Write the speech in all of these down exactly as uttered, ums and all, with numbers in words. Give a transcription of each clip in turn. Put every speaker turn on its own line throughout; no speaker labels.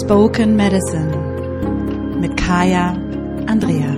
Spoken Medicine mit Kaya Andrea.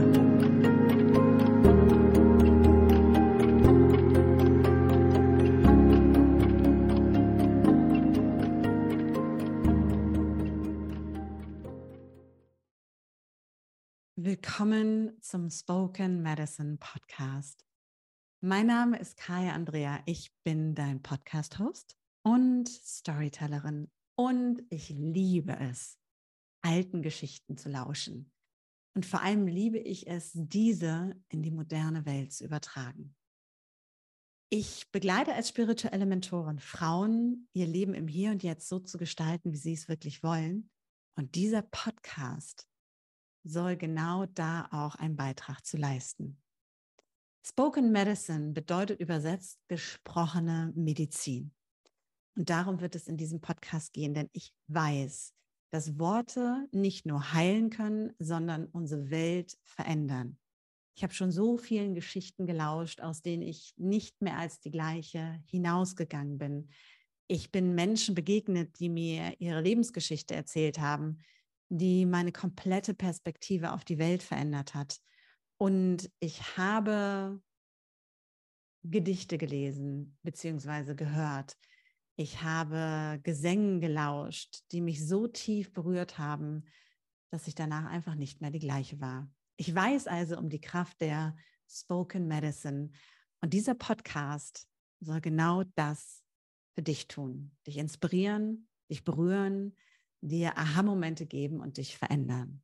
Willkommen zum Spoken Medicine Podcast. Mein Name ist Kaya Andrea. Ich bin dein Podcast-Host und Storytellerin und ich liebe es, alten Geschichten zu lauschen. Und vor allem liebe ich es, diese in die moderne Welt zu übertragen. Ich begleite als spirituelle Mentorin Frauen, ihr Leben im Hier und Jetzt so zu gestalten, wie sie es wirklich wollen. Und dieser Podcast soll genau da auch einen Beitrag zu leisten. Spoken Medicine bedeutet übersetzt gesprochene Medizin. Und darum wird es in diesem Podcast gehen, denn ich weiß, dass Worte nicht nur heilen können, sondern unsere Welt verändern. Ich habe schon so vielen Geschichten gelauscht, aus denen ich nicht mehr als die gleiche hinausgegangen bin. Ich bin Menschen begegnet, die mir ihre Lebensgeschichte erzählt haben, die meine komplette Perspektive auf die Welt verändert hat. Und ich habe Gedichte gelesen bzw. gehört. Ich habe Gesängen gelauscht, die mich so tief berührt haben, dass ich danach einfach nicht mehr die gleiche war. Ich weiß also um die Kraft der Spoken Medicine. Und dieser Podcast soll genau das für dich tun. Dich inspirieren, dich berühren, dir Aha-Momente geben und dich verändern.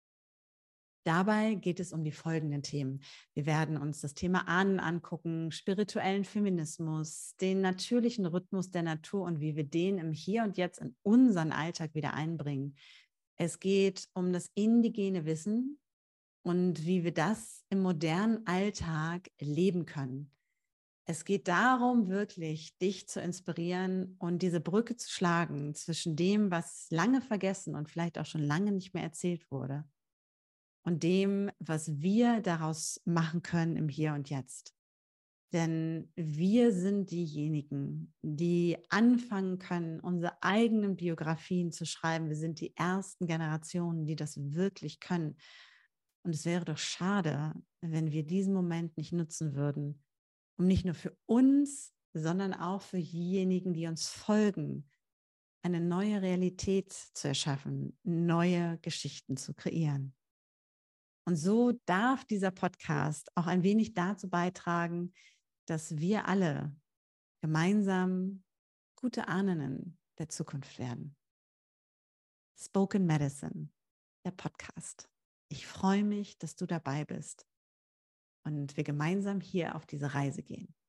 Dabei geht es um die folgenden Themen. Wir werden uns das Thema Ahnen angucken, spirituellen Feminismus, den natürlichen Rhythmus der Natur und wie wir den im Hier und Jetzt in unseren Alltag wieder einbringen. Es geht um das indigene Wissen und wie wir das im modernen Alltag leben können. Es geht darum, wirklich dich zu inspirieren und diese Brücke zu schlagen zwischen dem, was lange vergessen und vielleicht auch schon lange nicht mehr erzählt wurde, und dem, was wir daraus machen können im Hier und Jetzt. Denn wir sind diejenigen, die anfangen können, unsere eigenen Biografien zu schreiben. Wir sind die ersten Generationen, die das wirklich können. Und es wäre doch schade, wenn wir diesen Moment nicht nutzen würden, um nicht nur für uns, sondern auch für diejenigen, die uns folgen, eine neue Realität zu erschaffen, neue Geschichten zu kreieren. Und so darf dieser Podcast auch ein wenig dazu beitragen, dass wir alle gemeinsam gute Ahnen der Zukunft werden. Spoken Medicine, der Podcast. Ich freue mich, dass du dabei bist und wir gemeinsam hier auf diese Reise gehen.